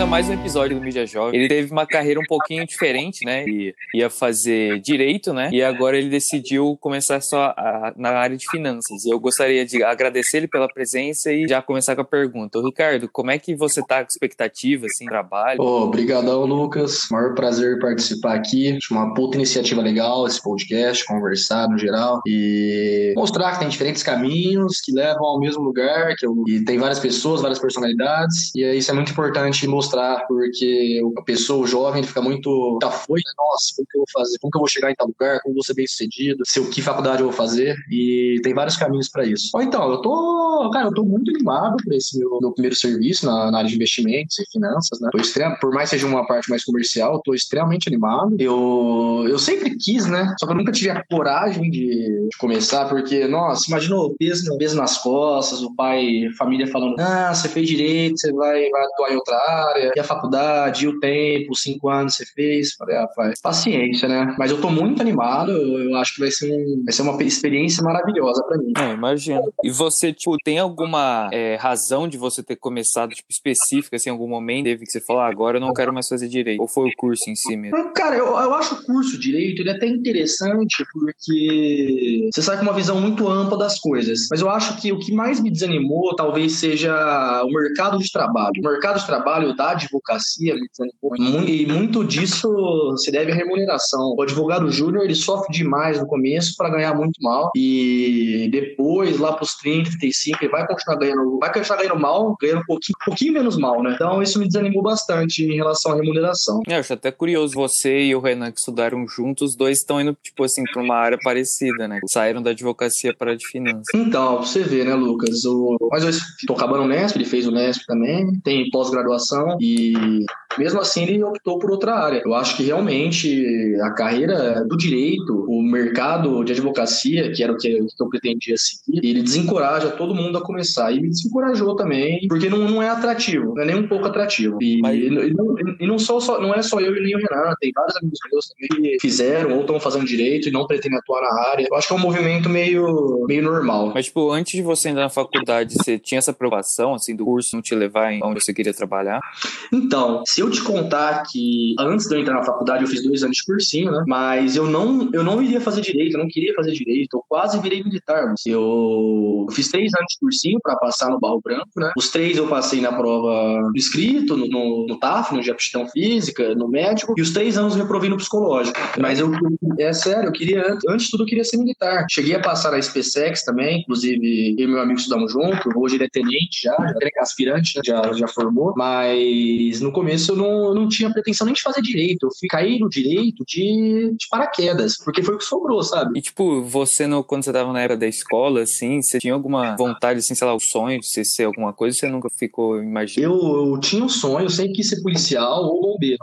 a mais um episódio do Mídia Jovem. Ele teve uma carreira um pouquinho diferente, né? Ele ia fazer direito, né? E agora ele decidiu começar na área de finanças. E eu gostaria de agradecer ele pela presença e já começar com a pergunta. Ô, Ricardo, como é que você tá com expectativa, assim, trabalho? Obrigadão, Lucas. Maior prazer participar aqui. Acho uma puta iniciativa legal esse podcast, conversar no geral e mostrar que tem diferentes caminhos que levam ao mesmo lugar, e tem várias pessoas, várias personalidades, e isso é muito importante mostrar, porque a pessoa, o jovem, ele fica muito afoito, nossa, como que eu vou fazer? Como que eu vou chegar em tal lugar? Como vou ser bem sucedido? Que faculdade eu vou fazer? E tem vários caminhos para isso. Então, eu tô muito animado para esse meu primeiro serviço na área de investimentos e finanças, né? Por mais que seja uma parte mais comercial, eu tô extremamente animado. Eu sempre quis, né? Só que eu nunca tive a coragem de começar, porque, nossa, imaginou o peso nas costas, o pai, a família falando, você fez direito, você vai atuar em outra área, e a faculdade, e o tempo, 5 anos você fez. Falei, rapaz, paciência, né? Mas eu tô muito animado, eu acho que vai ser uma experiência maravilhosa pra mim. Imagino. E você, tipo, tem alguma razão de você ter começado, tipo, específica, assim, em algum momento, teve que você falar, agora eu não quero mais fazer direito? Ou foi o curso em si mesmo? Cara, eu acho o curso direito, ele é até interessante, porque você sai com uma visão muito ampla das coisas. Mas eu acho que o que mais me desanimou talvez seja o mercado de trabalho. O mercado de trabalho da advocacia me desanimou. E muito disso se deve à remuneração. O advogado júnior, ele sofre demais no começo para ganhar muito mal. E depois, lá pros 30, 35, ele vai continuar ganhando mal, ganhando um pouquinho menos mal, né? Então isso me desanimou bastante em relação à remuneração. Eu acho até curioso, você e o Renan que estudaram juntos, os dois estão indo, tipo assim, pra uma área parecida, né? Saíram da advocacia para a de finanças. Então, você vê, né, Lucas? Mas eu tô acabando o Nesp, ele fez o Nesp também, tem pós-graduação e mesmo assim ele optou por outra área. Eu acho que realmente a carreira do direito, o mercado de advocacia, que era o que eu pretendia seguir, ele desencoraja todo mundo a começar. E me desencorajou também, porque não é atrativo, não é nem um pouco atrativo. Não é só eu e nem o Renan, tem vários amigos meus também que fizeram ou estão fazendo direito e não pretendem atuar na área. Eu acho que é um movimento meio normal. Mas, tipo, antes de você entrar na faculdade, você tinha essa preocupação, assim, do curso não te levar em onde você queria trabalhar? Então, se eu te contar que antes de eu entrar na faculdade eu fiz 2 anos de cursinho, né? Mas eu não iria fazer direito, eu não queria fazer direito, eu quase virei militar. Eu fiz 3 anos de cursinho para passar no Barro Branco, né? Os 3 eu passei na prova do escrito, no TAF, no de aptidão física, no médico, e os 3 anos eu reprovei no psicológico. Mas é sério, eu queria, antes de tudo, eu queria ser militar. Cheguei a passar na SpaceX também, inclusive eu e meu amigo estudamos junto, hoje ele é tenente já é aspirante, né? já formou, mas no começo eu não tinha pretensão nem de fazer direito, eu caí no direito de paraquedas, porque foi o que sobrou, sabe? E tipo, quando você tava na época da escola, assim, você tinha alguma vontade, assim, sei lá, o sonho de você ser alguma coisa, você nunca ficou imaginando? Eu tinha um sonho, eu sempre quis ser policial ou bombeiro.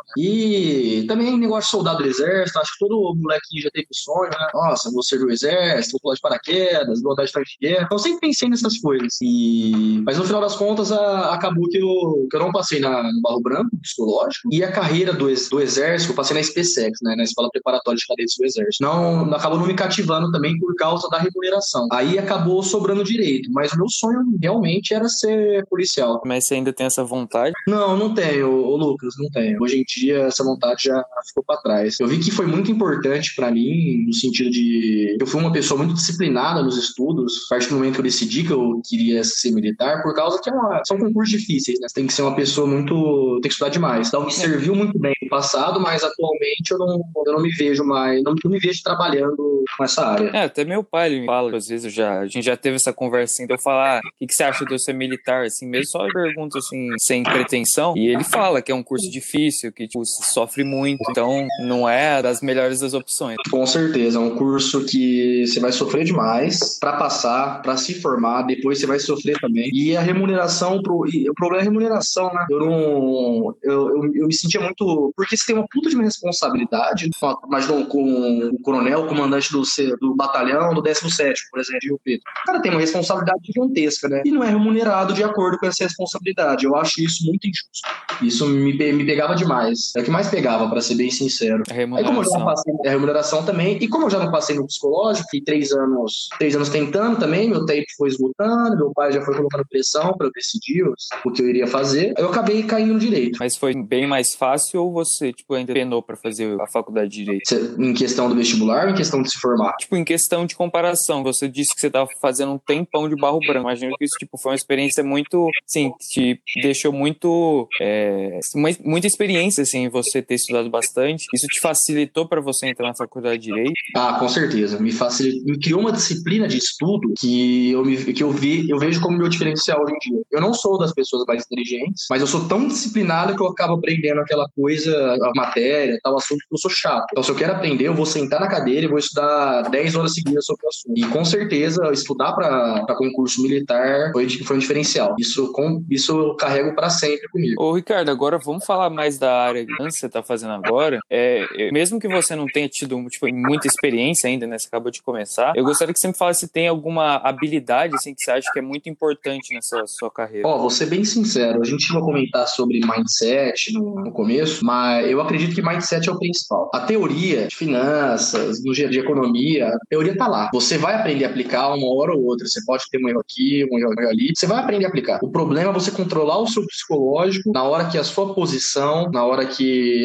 E também negócio de soldado do exército, acho que todo molequinho já teve sonho, né? Nossa, vou servir o exército, vou pular de paraquedas, vou andar de tanque de guerra. Então eu sempre pensei nessas coisas. Mas no final das contas, acabou que eu não passei no Barro Branco, psicológico, e a carreira do exército, eu passei na SpaceX, né? Na Escola Preparatória de Cadetes do Exército. Acabou não me cativando também por causa da remuneração. Aí acabou sobrando direito, mas o meu sonho realmente era ser policial. Mas você ainda tem essa vontade? Não tenho, Lucas, não tenho. Hoje em dia essa vontade já ficou pra trás. Eu vi que foi muito importante pra mim, no sentido de eu fui uma pessoa muito disciplinada nos estudos, a partir do momento que eu decidi que eu queria ser militar, por causa que são concursos difíceis, né? Você tem que ser uma pessoa tem que estudar demais. Então me serviu muito bem no passado, mas atualmente eu não me vejo mais, não me vejo trabalhando com essa área. Até meu pai ele me fala, às vezes a gente já teve essa conversa, então eu falo, o que você acha de eu ser militar, assim, mesmo só eu pergunto, assim, sem pretensão, e ele fala que é um curso difícil, que, tipo, se sofre muito, então não é das melhores das opções. Com certeza, é um curso que você vai sofrer demais pra passar, pra se formar, depois você vai sofrer também. E a remuneração, o problema é a remuneração, né? Eu me sentia muito... Porque você tem uma puta de uma responsabilidade, imagina com o coronel, o comandante do batalhão, do 17º, por exemplo, Rio Preto. O cara tem uma responsabilidade gigantesca, né? E não é remunerado de acordo com essa responsabilidade. Eu acho isso muito injusto. Isso me pegava demais. É o que mais pegava, pra ser bem sincero. A remuneração. Aí, como eu já não passei a remuneração também, e como eu já não passei no psicológico, fiquei 3 anos tentando também, meu tempo foi esgotando, meu pai já foi colocando pressão pra eu decidir o que eu iria fazer, aí eu acabei caindo no direito. Mas foi bem mais fácil ou você, tipo, ainda penou pra fazer a faculdade de Direito? Em questão do vestibular ou em questão de se formar? Tipo, em questão de comparação, você disse que você tava fazendo um tempão de Barro Branco. Imagino que isso, tipo, foi uma experiência muito, assim, te deixou muito, muita experiência, assim, você ter estudado bastante. Isso te facilitou para você entrar na faculdade de Direito? Ah, com certeza. Me criou uma disciplina de estudo que eu vejo como meu diferencial hoje em dia. Eu não sou das pessoas mais inteligentes, mas eu sou tão disciplinado que eu acabo aprendendo aquela coisa, a matéria, tal assunto, que eu sou chato. Então, se eu quero aprender, eu vou sentar na cadeira e vou estudar 10 horas seguidas sobre o assunto. E com certeza, estudar para concurso militar foi um diferencial. Isso eu carrego para sempre comigo. Ô, Ricardo, agora vamos falar mais da área que você está fazendo agora. Mesmo que você não tenha tido, tipo, muita experiência ainda, né? Você acabou de começar. Eu gostaria que você me falasse se tem alguma habilidade, assim, que você acha que é muito importante nessa sua carreira. Vou ser bem sincero. A gente vai comentar sobre mindset no começo, mas eu acredito que mindset é o principal. A teoria de finanças, de economia, a teoria tá lá. Você vai aprender a aplicar uma hora ou outra. Você pode ter um erro aqui, um erro ali. Você vai aprender a aplicar. O problema é você controlar o seu psicológico na hora que a sua posição, na hora que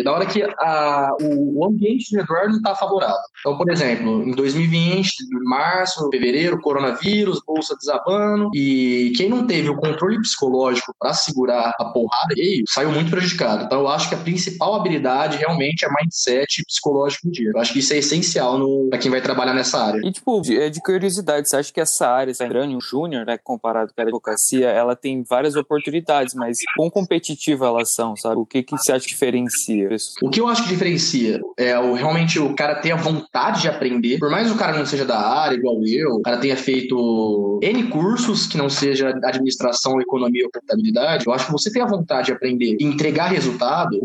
o ambiente do redor não está favorável. Então, por exemplo, em 2020, março, fevereiro, coronavírus, bolsa desabando, e quem não teve o controle psicológico para segurar a porrada aí, saiu muito prejudicado. Então, eu acho que a principal habilidade realmente é mindset psicológico no dia. Eu acho que isso é essencial para quem vai trabalhar nessa área. E, tipo, de curiosidade, você acha que essa área, essa grande júnior, né, comparado com a advocacia, ela tem várias oportunidades, mas quão competitiva elas são, sabe? O que você acha que diferencia isso? O que eu acho que diferencia é realmente o cara ter a vontade de aprender, por mais o cara não seja da área, igual eu, o cara tenha feito N cursos que não seja administração, economia ou contabilidade, eu acho que você tem a vontade de aprender e entregar resultado,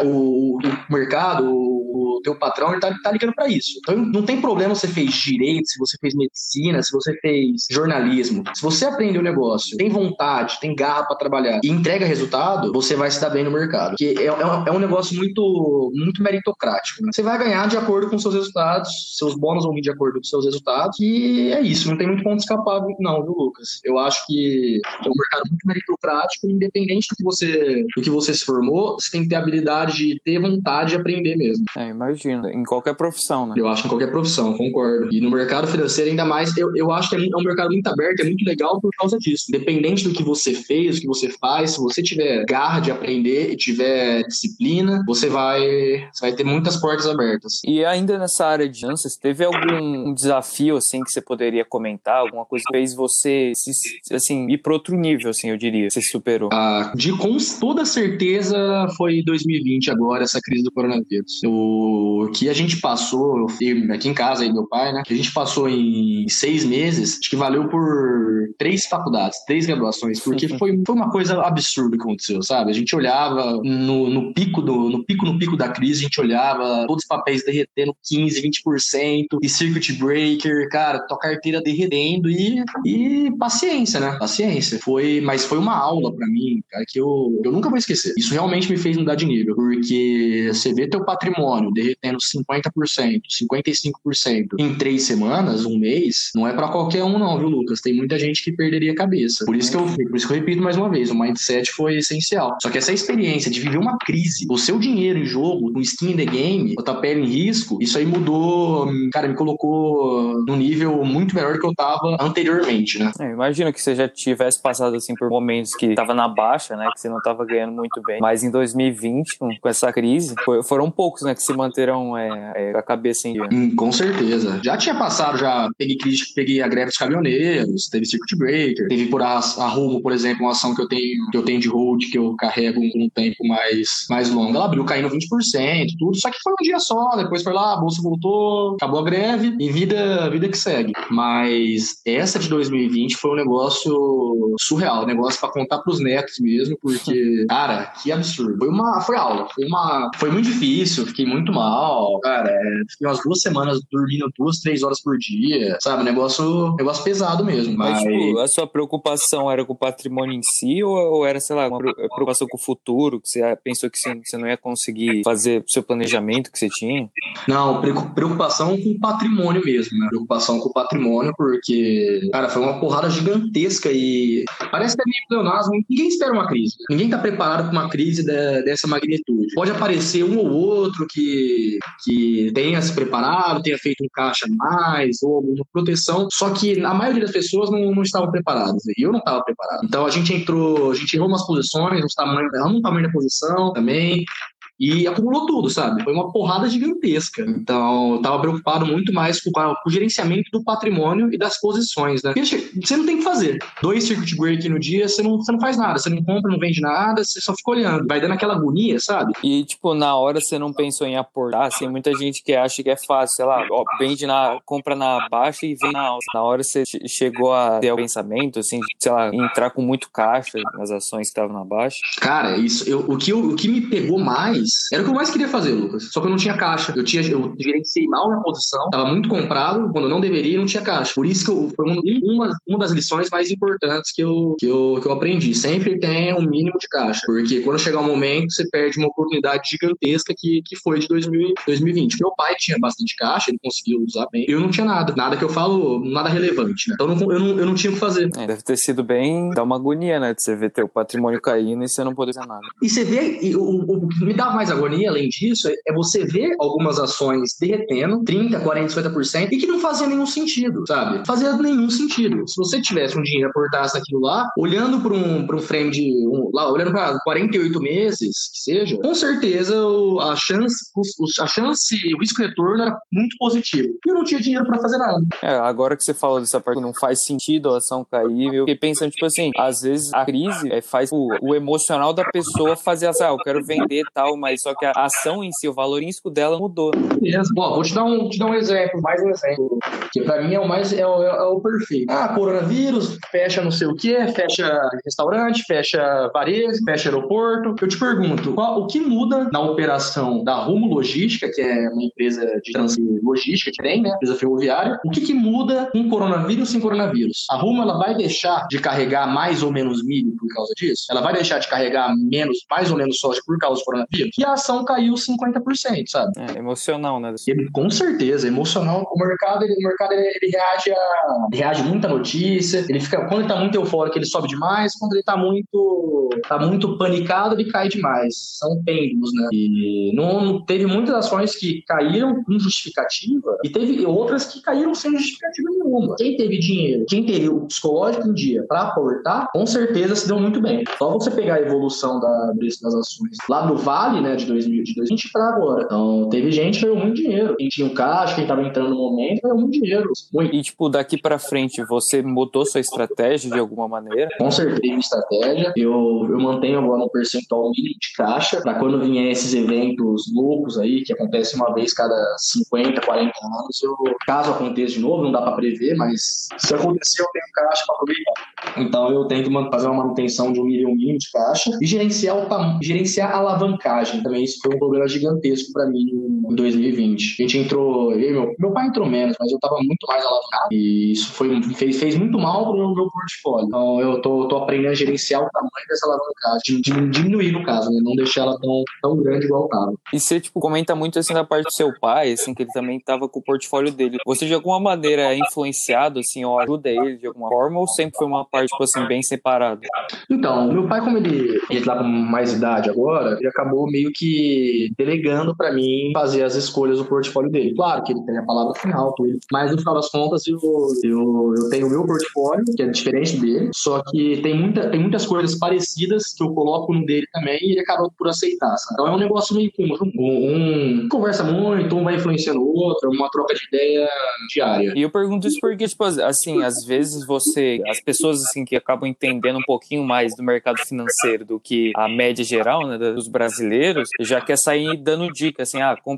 o mercado, o teu patrão, ele tá ligando pra isso. Então não tem problema se você fez direito, se você fez medicina, se você fez jornalismo. Se você aprende o negócio, tem vontade, tem garra pra trabalhar e entrega resultado, você vai se dar bem no mercado. Porque é um negócio muito, muito meritocrático, né? Você vai ganhar de acordo com seus resultados, seus bônus vão vir de acordo com seus resultados, e é isso, não tem muito ponto escapar não, viu, Lucas? Eu acho que é um mercado muito meritocrático, independente do que você se formou, você tem que ter a habilidade de ter vontade de aprender mesmo. Imagina, em qualquer profissão, né? Eu acho que em qualquer profissão, concordo. E no mercado financeiro, ainda mais, eu acho que é um mercado muito aberto, é muito legal por causa disso. Independente do que você fez, do que você faz, se você tiver garra de aprender e tiver disciplina, você vai ter muitas portas abertas. E ainda nessa área de finanças, teve algum desafio, assim, que você poderia comentar? Alguma coisa que fez você, assim, ir para outro nível, assim, eu diria, você superou? Com toda certeza foi 2020 agora, essa crise do coronavírus. O que a gente passou, aqui em casa, aí meu pai, né? Que a gente passou em 6 meses, acho que valeu por 3 faculdades, 3 graduações, porque foi uma coisa absurda que aconteceu, sabe? A gente olhava no pico da crise, a gente olhava todos os papéis derretendo 15, 20%, e circuit breaker, cara, tua carteira derretendo e paciência, né? Paciência. Mas foi uma aula pra mim, cara, que eu nunca vou esquecer. Isso realmente me fez mudar de nível, porque você vê teu patrimônio derretendo 50%, 55% em 3 semanas, um mês, não é pra qualquer um não, viu, Lucas? Tem muita gente que perderia a cabeça. Por isso que eu repito mais uma vez, o mindset foi essencial. Só que essa experiência de viver uma crise, o seu dinheiro em jogo, o skin in the game, a tua pele em risco, isso aí mudou, cara, me colocou num nível muito melhor do que eu tava anteriormente, né? Imagino que você já tivesse passado, assim, por momentos que tava na baixa, né, que você não tava ganhando muito bem, mas em 2020, com essa crise, foram poucos, né, que se manteram a cabeça em dia. Com certeza. Já tinha passado, peguei a greve dos caminhoneiros, teve circuit breaker, teve por a Rumo, por exemplo, uma ação que eu tenho de hold, que eu carrego um tempo mais longo. Ela abriu caindo 20%, tudo, só que foi um dia só, depois foi lá, a bolsa voltou, acabou a greve, e vida que segue. Mas essa de 2020 foi um negócio surreal, um negócio pra contar pros netos mesmo, porque, cara, que absurdo. Foi aula, foi muito difícil, fiquei muito mal, cara. Fiquei umas 2 semanas dormindo 2, 3 horas por dia, sabe? Negócio pesado mesmo. Mas, tipo, a sua preocupação era com o patrimônio em si ou era, sei lá, uma preocupação com o futuro, que você pensou que você não ia conseguir fazer o seu planejamento que você tinha? Não, preocupação com o patrimônio mesmo, né? Preocupação com o patrimônio, porque, cara, foi uma porrada gigantesca e parece que é meio pleonasmo. Ninguém espera uma crise. Ninguém tá preparado para uma crise dessa magnitude. Pode aparecer um ou outro que tenha se preparado, tenha feito um caixa a mais ou alguma proteção, só que a maioria das pessoas não estavam preparadas. E eu não estava preparado. Então a gente errou umas posições, erramos um tamanho da posição também. E acumulou tudo, sabe? Foi uma porrada gigantesca. Então, eu tava preocupado muito mais com o gerenciamento do patrimônio e das posições, né? Porque você não tem que fazer. 2 circuit break no dia, você não faz nada. Você não compra, não vende nada, você só fica olhando. Vai dando aquela agonia, sabe? E, tipo, na hora você não pensou em aportar, assim, muita gente que acha que é fácil, sei lá, ó, compra na baixa e vende na alta. Na hora você chegou a ter o pensamento, assim, de, sei lá, entrar com muito caixa nas ações que estavam na baixa? Cara, o que me pegou mais era o que eu mais queria fazer, Lucas. Só que eu não tinha caixa. Eu gerenciei mal minha posição, tava muito comprado, quando eu não deveria, não tinha caixa. Por isso que foi uma das lições mais importantes que eu aprendi. Sempre tem um mínimo de caixa, porque quando chegar um momento, você perde uma oportunidade gigantesca que foi de 2020. Meu pai tinha bastante caixa, ele conseguiu usar bem. Eu não tinha nada. Nada que eu falo, nada relevante, né? Então eu não tinha o que fazer. Deve ter sido bem... Dá uma agonia, né? De você ver teu patrimônio caindo e você não poder fazer nada. E você vê, o que me dá mais agonia, além disso, é você ver algumas ações derretendo 30%, 40%, 50% e que não fazia nenhum sentido, sabe? Não fazia nenhum sentido. Se você tivesse um dinheiro e aportasse aquilo lá, olhando para um frame olhando para 48 meses, que seja, com certeza a chance, o risco-retorno era muito positivo. E eu não tinha dinheiro para fazer nada. Agora que você falou dessa parte, não faz sentido a ação cair, eu fiquei pensando, tipo assim, às vezes a crise faz o emocional da pessoa fazer assim, eu quero vender e tal, mas só que a ação em si, o valor risco dela mudou. Beleza. Bom, vou te dar um exemplo, mais um exemplo, que pra mim é o perfeito. Coronavírus, fecha não sei o que, fecha restaurante, fecha varejo, fecha aeroporto. Eu te pergunto, o que muda na operação da Rumo Logística, que é uma empresa de logística que tem, né, empresa ferroviária, o que muda com coronavírus sem coronavírus? A Rumo, ela vai deixar de carregar mais ou menos milho por causa disso? Ela vai deixar de carregar mais ou menos soja por causa do coronavírus? E a ação caiu 50%, sabe? Emocional, né? Com certeza, emocional. O mercado ele reage muito à notícia. Quando ele tá muito eufórico, ele sobe demais. Quando ele tá muito panicado, ele cai demais. São pêndulos, né? E não teve muitas ações que caíram com justificativa e teve outras que caíram sem justificativa nenhuma. Quem teve dinheiro, quem teve o psicológico em dia para aportar, com certeza se deu muito bem. Só você pegar a evolução das ações lá do Vale, né, de 2020 para agora. Então, teve gente que ganhou muito dinheiro. Quem tinha o caixa, quem estava entrando no momento, ganhou muito dinheiro. Muito. E, tipo, daqui para frente, você mudou sua estratégia de alguma maneira? Com certeza, minha estratégia. Eu mantenho agora um percentual mínimo de caixa para quando vier esses eventos loucos aí, que acontecem uma vez cada 50, 40 anos. Caso aconteça de novo, não dá para prever, mas se acontecer, eu tenho caixa para aproveitar. Então, eu tento fazer uma manutenção de um nível mínimo de caixa e gerenciar a alavancagem. Também isso foi um problema gigantesco para mim em 2020. A gente entrou, meu pai entrou menos, mas eu estava muito mais alavancado e isso fez muito mal pro meu portfólio. Então eu tô aprendendo a gerenciar o tamanho dessa alavancagem, diminuir no caso, né? Não deixar ela tão grande igual estava. E você, tipo, comenta muito assim da parte do seu pai, assim, que ele também estava com o portfólio dele. Você de alguma maneira é influenciado, assim, ou ajuda ele de alguma forma, ou sempre foi uma parte, tipo assim, bem separada? Então, meu pai, como ele tá com mais idade agora, ele acabou meio que delegando para mim fazer as escolhas do portfólio dele. Claro que ele tem a palavra final, mas no final das contas eu tenho o meu portfólio, que é diferente dele, só que tem muitas coisas parecidas que eu coloco no dele também e ele acaba por aceitar, sabe? Então é um negócio meio comum. Um conversa muito, um vai influenciando o outro, uma troca de ideia diária. E eu pergunto isso porque, tipo, assim, às vezes as pessoas, assim, que acabam entendendo um pouquinho mais do mercado financeiro do que a média geral, né, dos brasileiros, já quer sair dando dica, assim, compra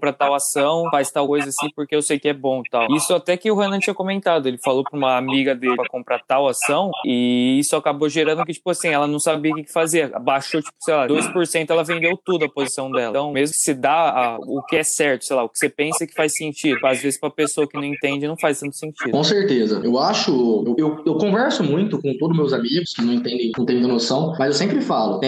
compra tal ação, faz tal coisa assim, porque eu sei que é bom e tal. Isso até que o Renan tinha comentado, ele falou pra uma amiga dele pra comprar tal ação, e isso acabou gerando que, tipo assim, ela não sabia o que fazer, baixou, tipo, sei lá, 2%, ela vendeu tudo a posição dela. Então, mesmo que se dá o que é certo, sei lá, o que você pensa que faz sentido, às vezes pra pessoa que não entende, não faz tanto sentido. Com certeza. Eu converso muito com todos meus amigos que não têm noção, mas eu sempre falo,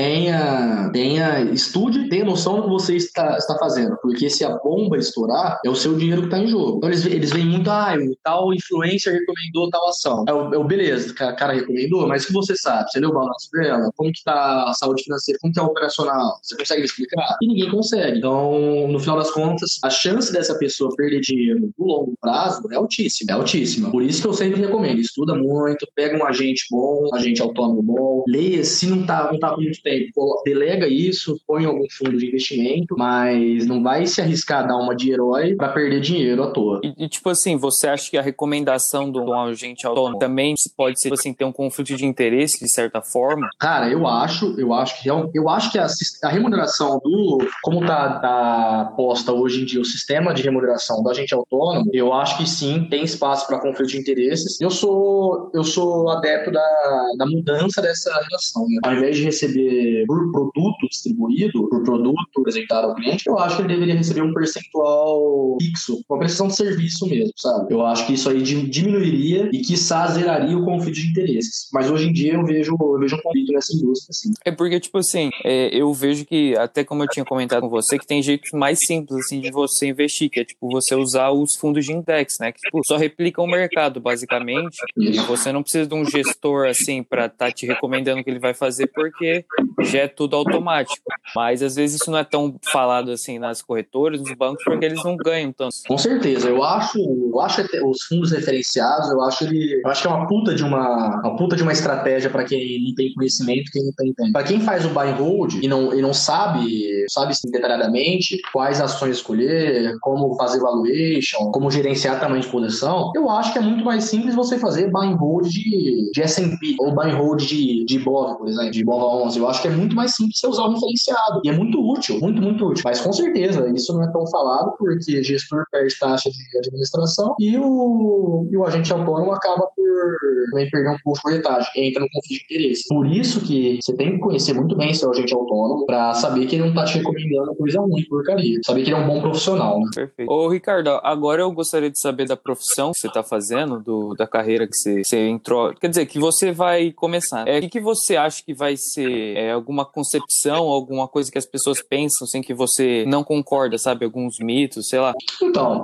estude, tenha noção do que você está fazendo, porque se a bomba estourar, é o seu dinheiro que está em jogo. Então eles veem muito, o tal influencer recomendou tal ação. Beleza, o cara recomendou, mas o que você sabe? Você leu o balanço dela? Como que tá a saúde financeira? Como que é o operacional? Você consegue me explicar? E ninguém consegue. Então, no final das contas, a chance dessa pessoa perder dinheiro no longo prazo é altíssima. É altíssima. Por isso que eu sempre recomendo, estuda muito, pega um agente bom, um agente autônomo bom, leia, se não tá com muito tempo, delega isso, põe em algum fundo de investimento, mas não vai se arriscar a dar uma de herói pra perder dinheiro à toa. E tipo assim, você acha que a recomendação de um agente autônomo também pode ser, tipo assim, ter um conflito de interesse, de certa forma? Cara, eu acho que a remuneração como tá posta hoje em dia o sistema de remuneração do agente autônomo, eu acho que sim, tem espaço para conflito de interesses. Eu sou adepto da mudança dessa relação, né? Ao invés de receber por produto distribuído, por produto apresentado ao cliente, eu acho que ele deveria receber um percentual fixo, uma prestação de serviço mesmo, sabe? Eu acho que isso aí diminuiria e quiçá zeraria o conflito de interesses. Mas hoje em dia eu vejo um conflito nessa indústria, assim. É porque, tipo assim, eu vejo que, até como eu tinha comentado com você, que tem jeitos mais simples, assim, de você investir, que é, tipo, você usar os fundos de index, né? Que, tipo, só replicam o mercado, basicamente. E você não precisa de um gestor, assim, pra estar te recomendando o que ele vai fazer, porque já é tudo automático. Mas, às vezes, isso não é tão falado, assim, nas corretoras, nos bancos, porque eles não ganham tanto. Com certeza. Eu acho até os fundos referenciados, eu acho que é uma puta de uma estratégia para quem não tem conhecimento, quem não tem tempo. Para quem faz o buy and hold e não sabe detalhadamente quais ações escolher, como fazer valuation, como gerenciar tamanho de posição, eu acho que é muito mais simples você fazer buy and hold de S&P ou buy and hold de Ibov, por exemplo, de Ibova 11. Eu acho que é muito mais simples você usar o referenciado. E é muito útil, muito, muito útil. Mas com certeza, isso não é tão falado porque gestor perde taxa de administração e o agente autônomo acaba por também perder um pouco de corretagem, entra no conflito de interesse. Por isso que você tem que conhecer muito bem seu agente autônomo para saber que ele não tá te recomendando coisa ruim, porcaria. Saber que ele é um bom profissional, né? Perfeito. Ô, Ricardo, agora eu gostaria de saber da profissão que você tá fazendo, da carreira que você entrou, quer dizer, que você vai começar. O que você acha que vai ser alguma concepção, alguma coisa que as pessoas pensam, assim, que você não concorda, sabe? Alguns mitos, sei lá. Então,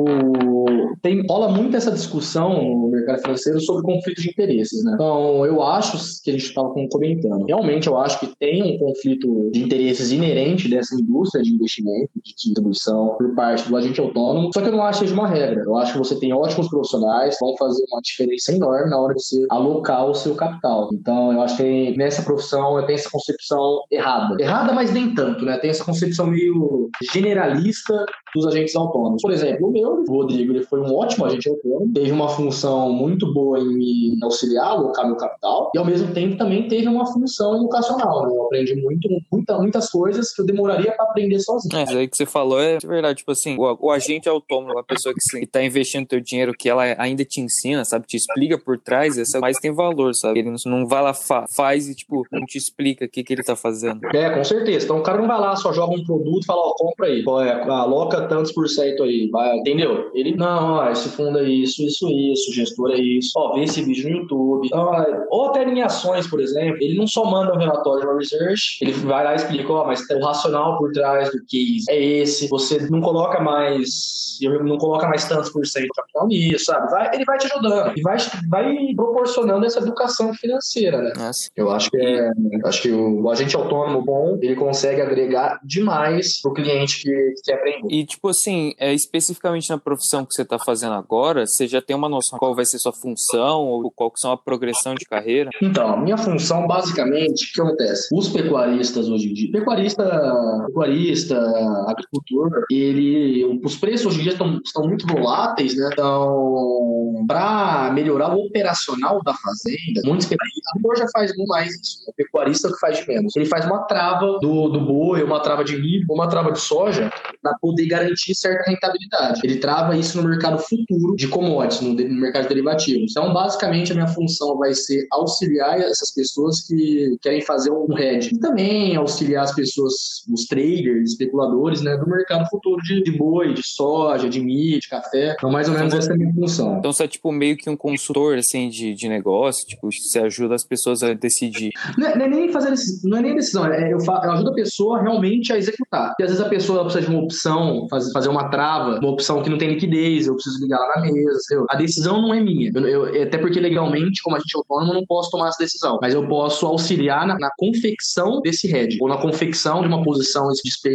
rola muito essa discussão no mercado financeiro sobre conflito de interesses, né? Então, eu acho que a gente estava comentando. Realmente, eu acho que tem um conflito de interesses inerente dessa indústria de investimento, de distribuição, por parte do agente autônomo. Só que eu não acho que seja uma regra. Eu acho que você tem ótimos profissionais que vão fazer uma diferença enorme na hora de você alocar o seu capital. Então, eu acho que nessa profissão eu tenho essa concepção errada. Errada, mas nem tanto, né? Tem essa concepção meio generalista dos agentes autônomos. Por exemplo, o Rodrigo, ele foi um ótimo agente autônomo, teve uma função muito boa em me auxiliar a alocar meu capital e, ao mesmo tempo, também teve uma função educacional, né? Eu aprendi muitas coisas que eu demoraria para aprender sozinho. Isso aí que você falou é verdade. Tipo assim, o agente autônomo, a pessoa que tá investindo teu dinheiro, que ela ainda te ensina, sabe? Te explica por trás, essa mais tem valor, sabe? Ele não vai lá, faz e, tipo, não te explica o que ele tá fazendo. Com certeza. Então, o cara não vai lá, só joga um produto e fala, compra aí. Aloca tantos por cento aí, vai, entendeu? Ele, não, esse fundo é isso, gestor é isso, vê esse vídeo no YouTube. Ou até em ações, por exemplo, ele não só manda um relatório de uma research, ele vai lá e explica, mas o racional por trás do case é esse, você não coloca mais tantos por cento de capital nisso, sabe? Ele vai te ajudando e vai proporcionando essa educação financeira, né? Nossa. Eu acho que o agente autônomo bom, ele consegue agregar demais pro cliente que quer aprender. E, tipo assim, especificamente na profissão que você tá fazendo agora, você já tem uma noção de qual vai ser sua função ou qual que são a progressão de carreira? Então, a minha função, basicamente, o que acontece? Os pecuaristas hoje em dia, pecuarista, agricultor, os preços hoje em dia estão muito voláteis, né? Então, para melhorar o operacional da fazenda, muitos pecuaristas, agricultor já faz muito mais isso, o pecuarista que faz de menos. Ele faz uma trava do boi, uma trava de milho, uma trava de soja, para poder garantir certa rentabilidade. Ele trava isso no mercado futuro de commodities, no mercado de derivativos. Então, basicamente, a minha função vai ser auxiliar essas pessoas que querem fazer um hedge. E também auxiliar as pessoas, os traders, especuladores, né, do mercado futuro de boi, de soja, de milho, de café. Então, mais ou menos essa é a minha função. Então, você é tipo meio que um consultor, assim, de negócio, tipo, você ajuda as pessoas a decidir. Não é nem decisão, eu ajudo a pessoa realmente a executar. Porque às vezes a pessoa precisa de uma opção, fazer uma trava, uma opção que não tem liquidez, eu preciso ligar lá na mesa, entendeu? A decisão não é minha. Até porque legalmente, como a gente é autônomo, eu não posso tomar essa decisão. Mas eu posso auxiliar na confecção desse hedge, ou na confecção de uma posição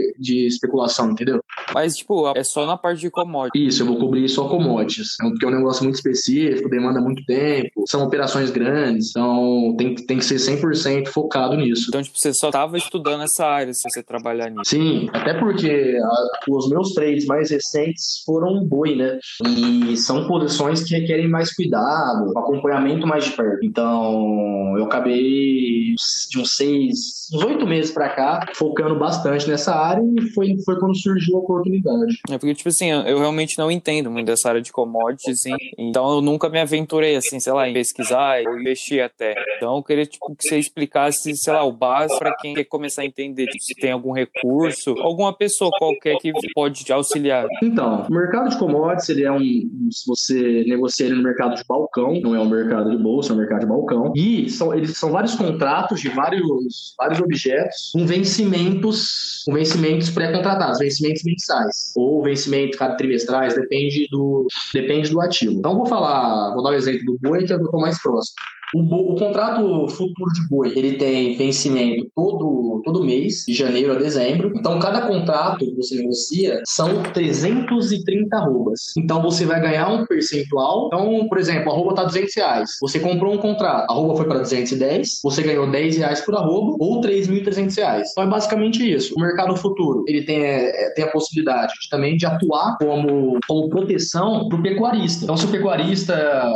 de especulação, entendeu? Mas, tipo, é só na parte de commodities. Isso, eu vou cobrir só commodities. Porque é um negócio muito específico, demanda muito tempo, são operações grandes, então tem que ser 100% focado nisso. Então, tipo, você só estava estudando essa área se você trabalhar nisso. Sim, até porque os meus trades mais recentes foram boi, né? E são posições que requerem mais cuidado, acompanhamento mais de perto. Então, eu acabei de uns 8 meses pra cá, focando bastante nessa área e foi quando surgiu a oportunidade. É porque, tipo assim, eu realmente não entendo muito dessa área de commodities, hein? Então eu nunca me aventurei, assim, sei lá, em pesquisar ou investir até. Então eu queria, tipo, que você explicasse, sei lá, o básico pra quem quer começar a entender, tipo, se tem algum recurso, alguma pessoa qualquer que pode te auxiliar. Então, o mercado de commodities, ele é se você negocia ele no mercado de balcão, não é um mercado de bolsa, é um mercado de balcão. E eles são vários contratos de vários objetos com vencimentos pré-contratados, vencimentos mensais ou vencimento cada trimestrais, depende do ativo. Então vou dar o exemplo do boi, que é o que eu estou mais próximo. O contrato futuro de boi, ele tem vencimento todo mês, de janeiro a dezembro. Então, cada contrato que você negocia são 330 arrobas. Então, você vai ganhar um percentual. Então, por exemplo, a arroba está R$200. Você comprou um contrato, a arroba foi para 210, você ganhou R$10 por arroba ou R$3.300. Então, é basicamente isso. O mercado futuro, ele tem a possibilidade também de atuar como proteção para o pecuarista. Então, se o pecuarista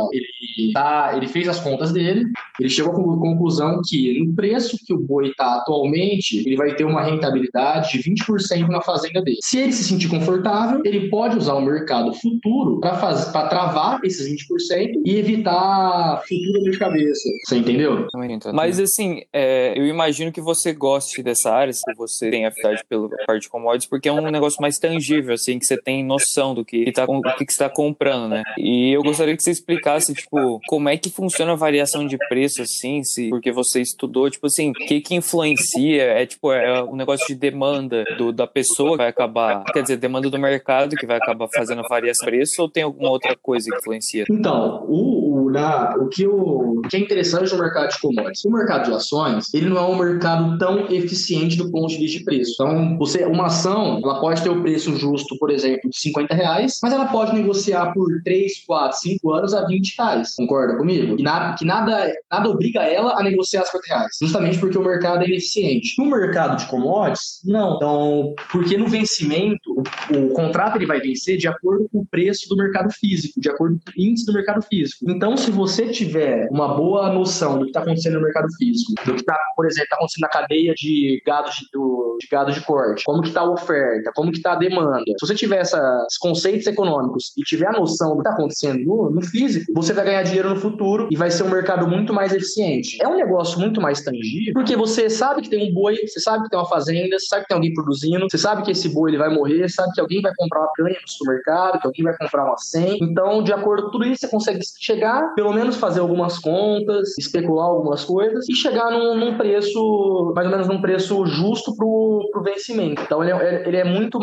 ele fez as contas dele, ele chegou à conclusão que no preço que o boi está atualmente, ele vai ter uma rentabilidade de 20% na fazenda dele. Se ele se sentir confortável, ele pode usar o mercado futuro para travar esses 20% e evitar futura dor de cabeça. Você entendeu? Mas assim, eu imagino que você goste dessa área, se você tem afinidade pela parte de commodities, porque é um negócio mais tangível, assim, que você tem noção do que você está comprando, né? E eu gostaria que você explicasse, tipo, como é que funciona a variação de preço, assim, porque você estudou, tipo assim, o que influencia? É um negócio de demanda da pessoa que vai acabar, quer dizer, demanda do mercado que vai acabar fazendo variação de preço, ou tem alguma outra coisa que influencia? Então, o que é interessante no mercado de commodities, o mercado de ações, ele não é um mercado tão eficiente do ponto de vista de preço. Então, uma ação, ela pode ter o preço justo, por exemplo, de R$50, mas ela pode negociar por 3, 4, 5 anos a R$20. Concorda comigo? Que nada obriga ela a negociar R$50, justamente porque o mercado é ineficiente. No mercado de commodities, não. Então, porque no vencimento, o contrato ele vai vencer de acordo com o preço do mercado físico, de acordo com o índice do mercado físico. Então, se você tiver uma boa noção do que está acontecendo no mercado físico, do que está, por exemplo, acontecendo na cadeia de gado de corte, como que está a oferta, como que está a demanda, se você tiver esses conceitos econômicos e tiver a noção do que está acontecendo no físico, você vai ganhar dinheiro no futuro e vai ser um mercado muito mais eficiente. É um negócio muito mais tangível, porque você sabe que tem um boi, você sabe que tem uma fazenda, você sabe que tem alguém produzindo, você sabe que esse boi ele vai morrer, sabe que alguém vai comprar uma canha no supermercado, que alguém vai comprar uma 100. Então, de acordo com tudo isso, você consegue chegar, pelo menos fazer algumas contas, especular algumas coisas e chegar num preço, mais ou menos num preço justo pro vencimento. Então ele é muito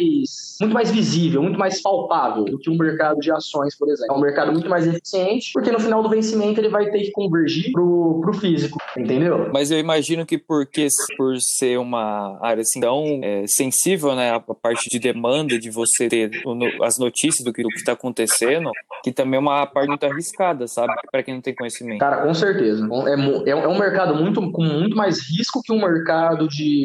mais visível, muito mais palpável do que um mercado de ações, por exemplo. É um mercado muito mais eficiente, porque no final do vencimento ele vai ter que convergir pro físico, entendeu? Mas eu imagino que por ser uma área assim tão sensível, né, a parte de demanda, de você ter as notícias do que está acontecendo, que também é uma parte muito arriscada, sabe? Para quem não tem conhecimento. Cara, com certeza. É um mercado com muito mais risco que um mercado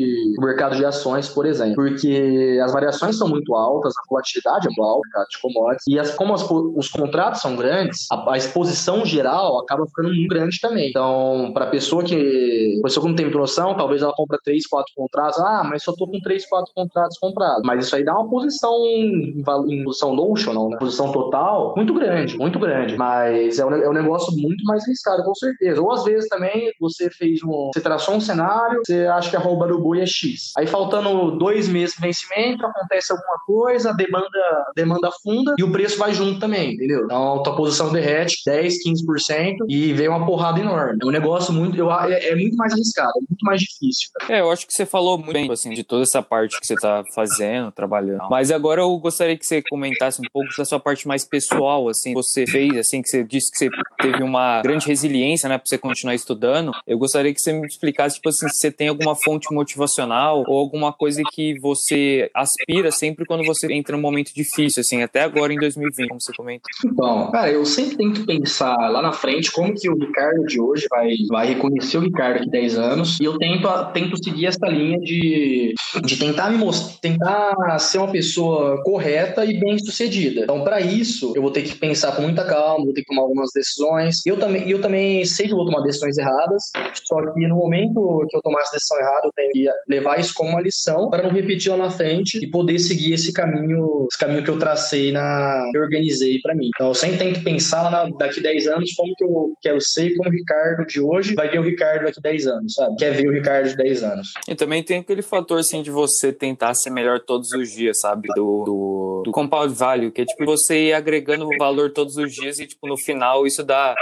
de ações, por exemplo. Porque as variações são muito altas, a volatilidade é muito alta, mercado de commodities. E como os contratos são grandes, a exposição geral acaba ficando muito grande também. Então, para a pessoa que não tem muita noção, talvez ela compra 3, 4 contratos. Mas só tô com 3, 4 contratos comprados. Mas isso aí dá uma posição em posição notional, né? Posição total, muito grande, muito grande. Mas é um negócio muito mais arriscado, com certeza. Ou às vezes também você traçou um cenário, você acha que a arroba do boi é X. Aí faltando 2 meses de vencimento, acontece alguma coisa, a demanda afunda e o preço vai junto também, entendeu? Então a tua posição derrete 10, 15% e vem uma porrada enorme. É um negócio é muito mais arriscado, é muito mais difícil. Eu acho que você falou muito bem, assim, de toda essa parte que você tá fazendo, trabalhando. Mas agora eu gostaria que você comentasse um pouco da sua parte mais pessoal, assim, você fez, assim, que você disse que você teve uma grande resiliência, né, pra você continuar estudando. Eu gostaria que você me explicasse, tipo assim, se você tem alguma fonte motivacional ou alguma coisa que você aspira sempre quando você entra num momento difícil, assim, até agora em 2020, como você comenta. Então, cara, eu sempre tento pensar lá na frente como que o Ricardo de hoje vai reconhecer o Ricardo daqui 10 anos, e eu tento seguir essa linha de tentar tentar ser uma pessoa correta e bem-sucedida. Então, para isso, eu vou ter que pensar com muita calma, vou ter que tomar algumas decisões. Eu também sei que eu vou tomar decisões erradas, só que no momento que eu tomar essa decisão errada, eu tenho que levar isso como uma lição para não repetir lá na frente e poder seguir esse caminho que eu tracei, que eu organizei para mim. Então, eu sempre tenho que pensar daqui 10 anos como que eu quero ser, como o Ricardo de hoje vai ver o Ricardo daqui 10 anos, sabe? Quer ver o Ricardo de 10 anos. E também tem aquele fator, assim, de você tentar ser melhor todos os dias, sabe? Do compound value, que é, tipo, você ir agregando valor todos os dias e, tipo, no final isso dá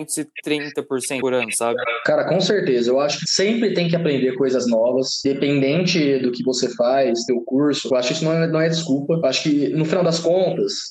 330% por ano, sabe? Cara, com certeza. Eu acho que sempre tem que aprender coisas novas, dependente do que você faz, teu curso. Eu acho que isso não é desculpa. Eu acho que, no final das contas,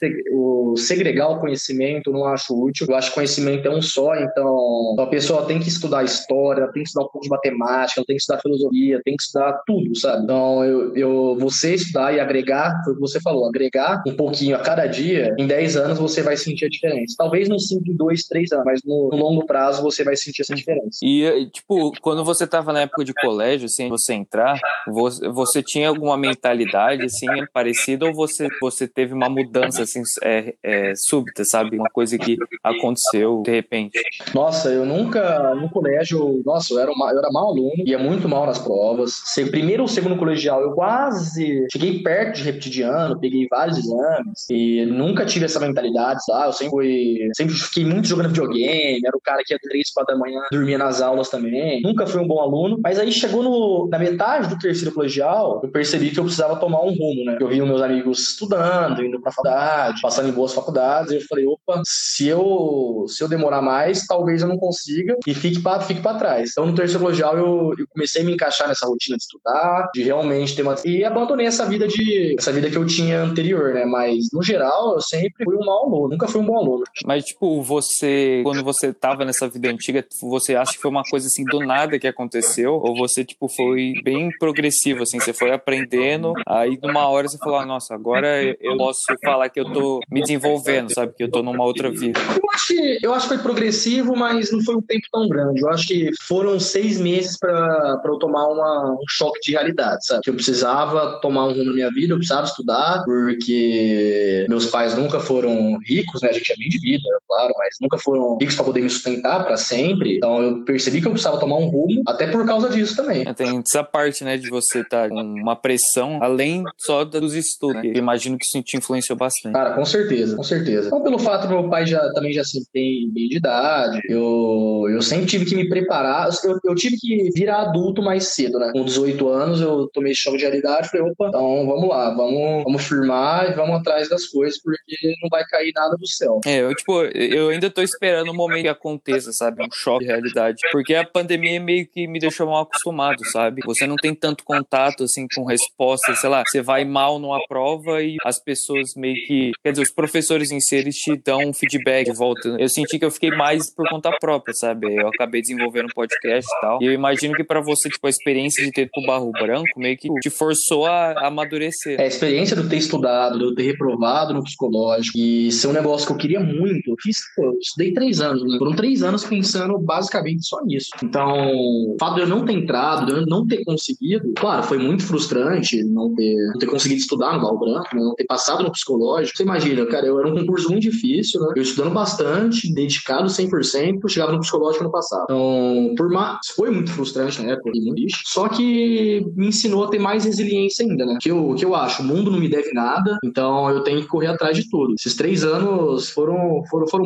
o segregar o conhecimento eu não acho útil. Eu acho que conhecimento é um só, então a pessoa tem que estudar história, tem que estudar um pouco de matemática, tem que estudar filosofia, tem que estudar tudo, sabe? Então, você estudar e agregar, foi o que você falou, agregar um pouquinho a cada dia, em 10 anos você vai sentir a diferença. Talvez não sinta em 2, 3 anos, mas no longo prazo você vai sentir essa diferença. E, tipo, quando você tava na época de colégio, assim, você entrar, você tinha alguma mentalidade, assim, parecida, ou você teve uma mudança, assim, súbita, sabe? Uma coisa que aconteceu de repente? Nossa, eu nunca, no colégio, eu era mau aluno, ia muito mal nas provas. Primeiro ou segundo colegial, eu quase cheguei perto de repetir de ano, peguei vários exames e nunca tive essa mentalidade, sabe? Eu sempre fiquei muito jogando videogame, era o cara que ia 3, 4 da manhã, dormia nas aulas também. Nunca fui um bom aluno, mas aí chegou na metade do terceiro colegial, eu percebi que eu precisava tomar um rumo, né? Eu vi meus amigos estudando, indo pra faculdade, passando em boas faculdades, e eu falei, opa, se eu demorar mais, talvez eu não consiga e fique pra trás. Então, no terceiro colegial, eu comecei a me encaixar nessa rotina de estudar, de realmente e abandonei essa vida que eu tinha anterior, né? Mas, no geral, eu sempre fui um mau aluno, nunca fui um bom aluno. Mas, tipo, quando você tava nessa vida antiga, você acha que foi uma coisa, assim, do nada que aconteceu? Ou você, tipo, foi bem progressivo, assim, você foi aprendendo, aí, numa hora, você falou, nossa, agora eu posso falar que eu tô me desenvolvendo, sabe? Que eu tô numa outra vida. Eu acho que foi progressivo, mas não foi um tempo tão grande. Eu acho que foram 6 meses pra eu tomar um choque de realidade, sabe? Que eu precisava tomar um rumo na minha vida, eu precisava estudar, porque meus pais nunca foram ricos, né? A gente é bem de vida, claro, mas nunca foram ricos pra poder me sustentar pra sempre. Então eu percebi que eu precisava tomar um rumo, até por causa disso também. Tem essa parte, né, de você estar com uma pressão, além só dos estudos, né? Eu imagino que isso te influenciou bastante. Cara, com certeza, com certeza. Então, pelo fato do meu pai também já sempre tem bem de idade, eu sempre tive que me preparar, eu tive que virar adulto mais cedo, né? Com 18 anos eu tomei esse choque de realidade, falei, opa, então vamos lá, vamos firmar e vamos atrás das coisas, porque não vai cair nada do céu. Eu ainda tô esperando o momento que aconteça, sabe? Um choque de realidade. Porque a pandemia meio que me deixou mal acostumado, sabe? Você não tem tanto contato, assim, com respostas, sei lá, você vai mal numa prova e as pessoas meio que... Quer dizer, os professores em si, eles te dão um feedback de volta. Eu senti que eu fiquei mais por conta própria, sabe? Eu acabei desenvolvendo um podcast e tal. E eu imagino que pra você, tipo, a experiência de ter ido pro Barro Branco meio que te forçou a amadurecer. A experiência de eu ter estudado, de eu ter reprovado no psicológico e ser um negócio que eu queria muito. Eu estudei 3 anos, né? Foram 3 anos pensando basicamente só nisso. Então, o fato de eu não ter entrado, de eu não ter conseguido, claro, foi muito frustrante não ter conseguido estudar no Barro Branco, né? Não ter passado no psicológico. Você imagina, cara, era um concurso muito difícil, né? Eu estudando bastante, dedicado 100%, chegava no psicológico no passado. Então, foi muito frustrante na época, muito triste. Só que me ensinou a ter mais resiliência ainda, né? Que eu acho, o mundo não me deve nada, então eu tenho que correr atrás de tudo. Esses 3 anos foram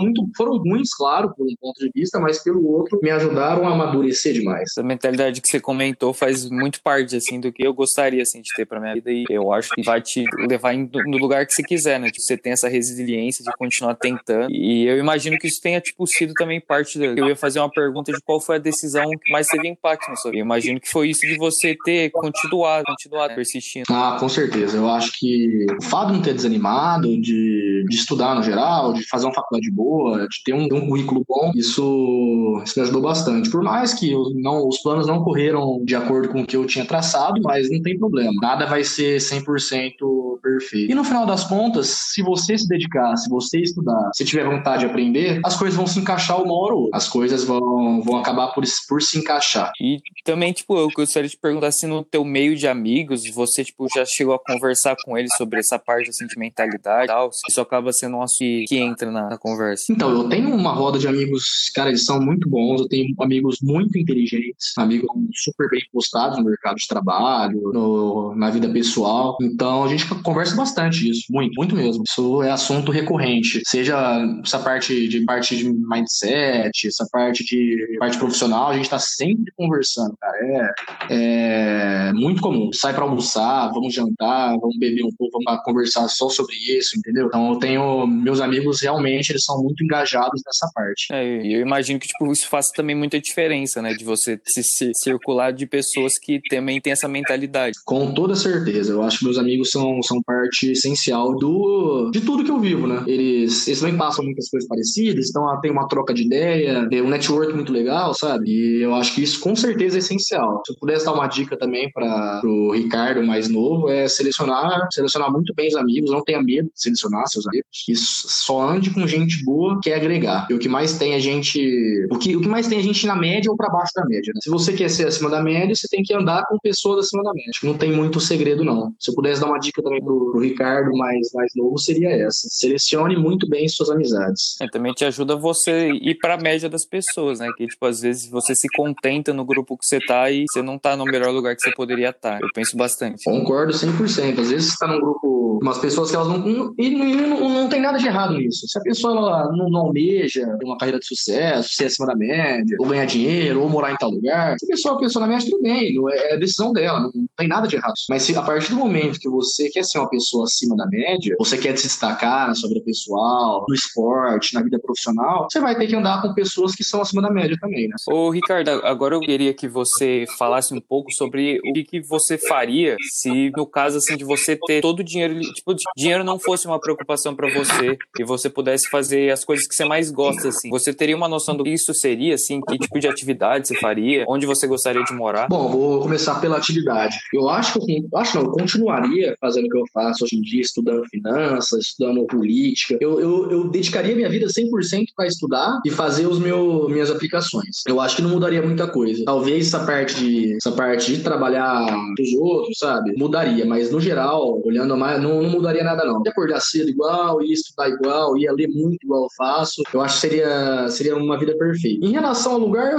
ruins, claro, por um ponto de vista, mas pelo outro me ajudaram a amadurecer demais. Essa mentalidade que você comentou faz muito parte, assim, do que eu gostaria, assim, de ter pra minha vida, e eu acho que vai te levar no lugar que você quiser, né? Tipo, você tem essa resiliência de continuar tentando, e eu imagino que isso tenha, tipo, sido também parte eu ia fazer uma pergunta de qual foi a decisão que mais teve impacto na sua vida. Eu imagino que foi isso de você ter continuado, persistindo. Ah, com certeza. Eu acho que o fato de não ter desanimado, de estudar no geral, de fazer uma faculdade boa, de ter um currículo bom, isso me ajudou bastante. Por mais que os planos não correram de acordo com o que eu tinha traçado, mas não tem problema. Nada vai ser 100% perfeito. E no final das contas, se você se dedicar, se você estudar, se tiver vontade de aprender, as coisas vão se encaixar uma hora ou outra. As coisas vão acabar por se encaixar. E também, tipo, eu gostaria de perguntar se no teu meio de amigos, você, tipo, já chegou a conversar com eles sobre essa parte, assim, de mentalidade e tal, se isso acaba sendo um assunto que entra na conversa. Então, eu tenho uma roda de amigos, cara, eles são muito bons, eu tenho amigos muito inteligentes, amigos super bem postados no mercado de trabalho, na vida pessoal, então a gente conversa bastante isso, muito, muito mesmo. Isso é assunto recorrente, seja essa parte de mindset, essa parte profissional, a gente tá sempre conversando, cara, é muito comum. Sai pra almoçar, vamos jantar, vamos beber um pouco, vamos conversar só sobre isso, entendeu? Então eu tenho, meus amigos realmente, eles são muito engajados nessa parte. E eu imagino que, tipo, isso faça também muita diferença, né, de você se circular de pessoas que também têm essa mentalidade. Com toda certeza, eu acho que meus amigos são parte essencial de tudo que eu vivo, né? Eles também passam muitas coisas parecidas, então tem uma troca de ideia, tem um network muito legal, sabe? E eu acho que isso com certeza é essencial. Se eu pudesse dar uma dica também pro Ricardo mais novo, é selecionar muito bem os amigos, não tenha medo de selecionar seus amigos, e só ande com gente boa que é agregar. E o que mais tem a gente na média ou para baixo da média, né? Se você quer ser acima da média, você tem que andar com pessoas acima da média. Não tem muito segredo, não. Se eu pudesse dar uma dica também pro Ricardo mais novo, seria essa. Selecione muito bem suas amizades. Também te ajuda você ir pra média das pessoas, né? Que, tipo, às vezes você se contenta no grupo que você tá e você não tá no melhor lugar que você poderia estar. Eu penso bastante. Concordo 100%. Às vezes você tá num grupo, umas pessoas que elas não tem nada de errado nisso. Se a pessoa ela não almeja ter uma carreira de sucesso, ser acima da média, ou ganhar dinheiro, ou morar em tal lugar, se a pessoa na média, tudo bem, é a decisão dela, não tem nada de errado. Mas se a partir do momento que você quer ser uma pessoa acima da média, você quer se destacar na sua vida pessoal, no esporte, na vida profissional, você vai ter que andar com pessoas que são acima da média também, né? Ô, Ricardo, agora eu queria que você falasse um pouco sobre o que você faria se, no caso, assim, de você ter todo o dinheiro, tipo, dinheiro não fosse uma preocupação pra você e você pudesse fazer as coisas que você mais gosta, assim. Você teria uma noção do que isso seria, assim, que tipo de atividade você faria, onde você gostaria de morar? Bom, vou começar pela atividade. Eu continuaria fazendo o que eu faço hoje em dia, estudando finanças, estudando política. Eu dedicaria minha vida 100% para estudar e fazer minhas aplicações. Eu acho que não mudaria muita coisa. Talvez essa parte de trabalhar dos outros, sabe? Mudaria, mas no geral, olhando mais, não mudaria nada não. Ia acordar cedo igual, ia estudar igual, ia ler muito igual eu faço. Eu acho que seria uma vida perfeita. Em relação ao lugar, eu acho que eu